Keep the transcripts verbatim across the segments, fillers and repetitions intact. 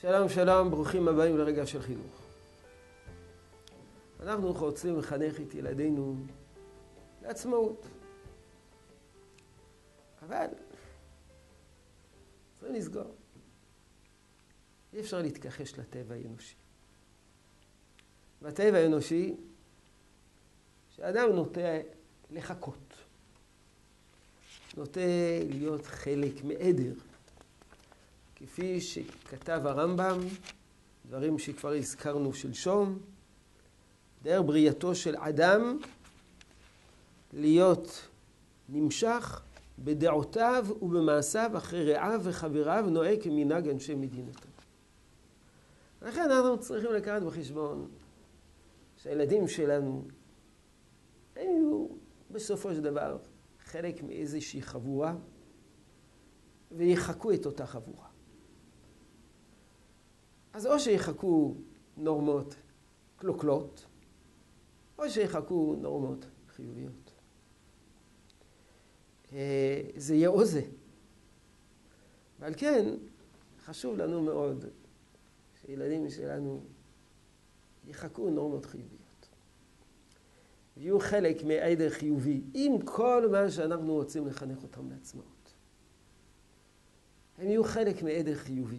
שלום שלום, ברוכים הבאים לרגע של חינוך. אנחנו רוצים לחנך את ילדינו לעצמאות. אבל צריכים לסגור. אי אפשר להתכחש לטבע האנושי. בטבע האנושי, שאדם נוטה לחכות. נוטה להיות חלק מעדר. כפי שכתב הרמב"ם, דברים שכבר הזכרנו שלשום, דרך בריאתו של אדם להיות נמשך בדעותיו ובמעשיו אחרי רעיו וחבריו, נוהג כמנהג אנשי מדינתו. לכן אנחנו צריכים לקחת בחשבון שהילדים שלנו הם יהיו בסופו של דבר חלק מאיזושהי חבורה ויחקו את אותה חבורה. אז או שיחקו נורמות קלוקלות, או שיחקו נורמות חיוביות. זה יהיה או זה. ועל כן חשוב לנו מאוד שילדים שלנו יחקו נורמות חיוביות. ויהיו חלק מעדר חיובי עם כל מה שאנחנו רוצים לחנך אותם לעצמאות. הם יהיו חלק מעדר חיובי.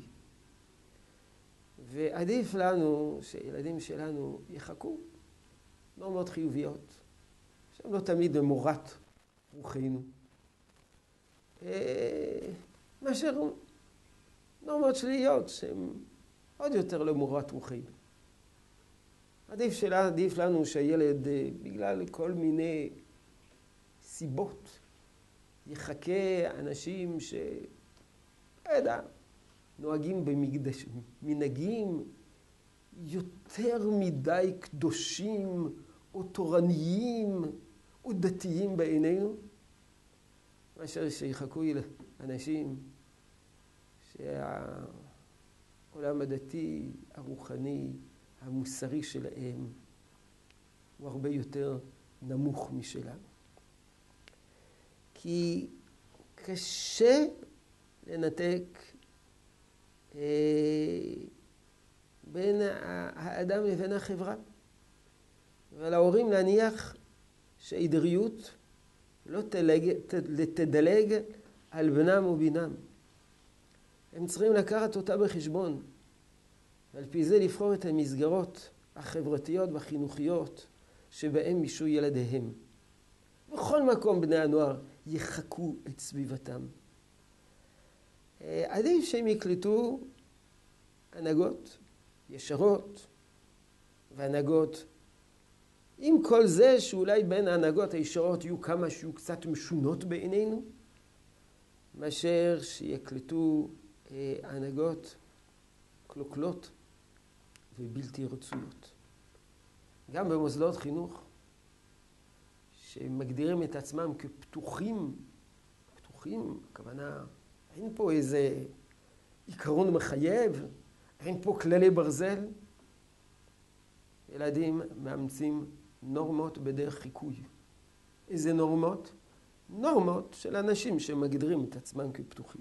ועדיף לנו שילדים שלנו יחכו נורמות חיוביות, שהן לא תמיד למורת רוחנו, מאשר נורמות שליליות שהן עוד יותר למורת רוחנו. עדיף, שלה, עדיף לנו שהילד, בגלל כל מיני סיבות, יחכה אנשים ש... לא יודע, נוהגים במקדש, מנהגים יותר מדי קדושים או תורניים או דתיים בעינינו, מאשר שיחכו אנשים שהעולם הדתי, הרוחני, המוסרי שלהם הוא הרבה יותר נמוך משלנו. כי קשה לנתק בין האדם לבין החברה. אבל ההורים להניח שהעדריות לא תדלג, תדלג על בנם ובינם. הם צריכים לקחת אותה בחשבון. ועל פי זה לבחור את המסגרות החברתיות והחינוכיות שבהם מישהו ילדיהם. בכל מקום בני הנוער יחקו את סביבתם. עדיף שהם יקלטו הנהגות ישרות והנהגות, עם כל זה שאולי בין ההנהגות הישרות יהיו כמה שיהיו קצת משונות בעינינו, מאשר שיקלטו הנהגות קלוקלות ובלתי רצויות. גם במוסדות חינוך שמגדירים את עצמם כפתוחים, פתוחים, הכוונה, אין פה איזה עיקרון מחייב, אין פה כללי ברזל. ילדים מאמצים נורמות בדרך חיקוי. איזה נורמות? נורמות של אנשים שמגדירים את עצמם כפתוחים.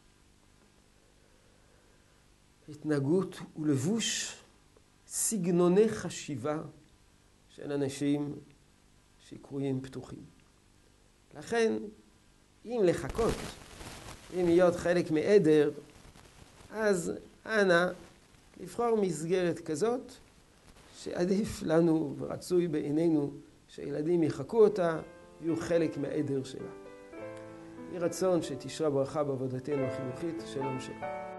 התנהגות ולבוש, סגנוני חשיבה של אנשים שקרויים פתוחים. לכן, אם לחכות, אם להיות חלק מעדר, אז אנא לבחור מסגרת כזאת שעדיף לנו ורצוי בעינינו שילדים יחכו אותה, יהיו חלק מהעדר שלה. יהי רצון שתשרה ברכה בעבודתנו החינוכית. שלום שלום.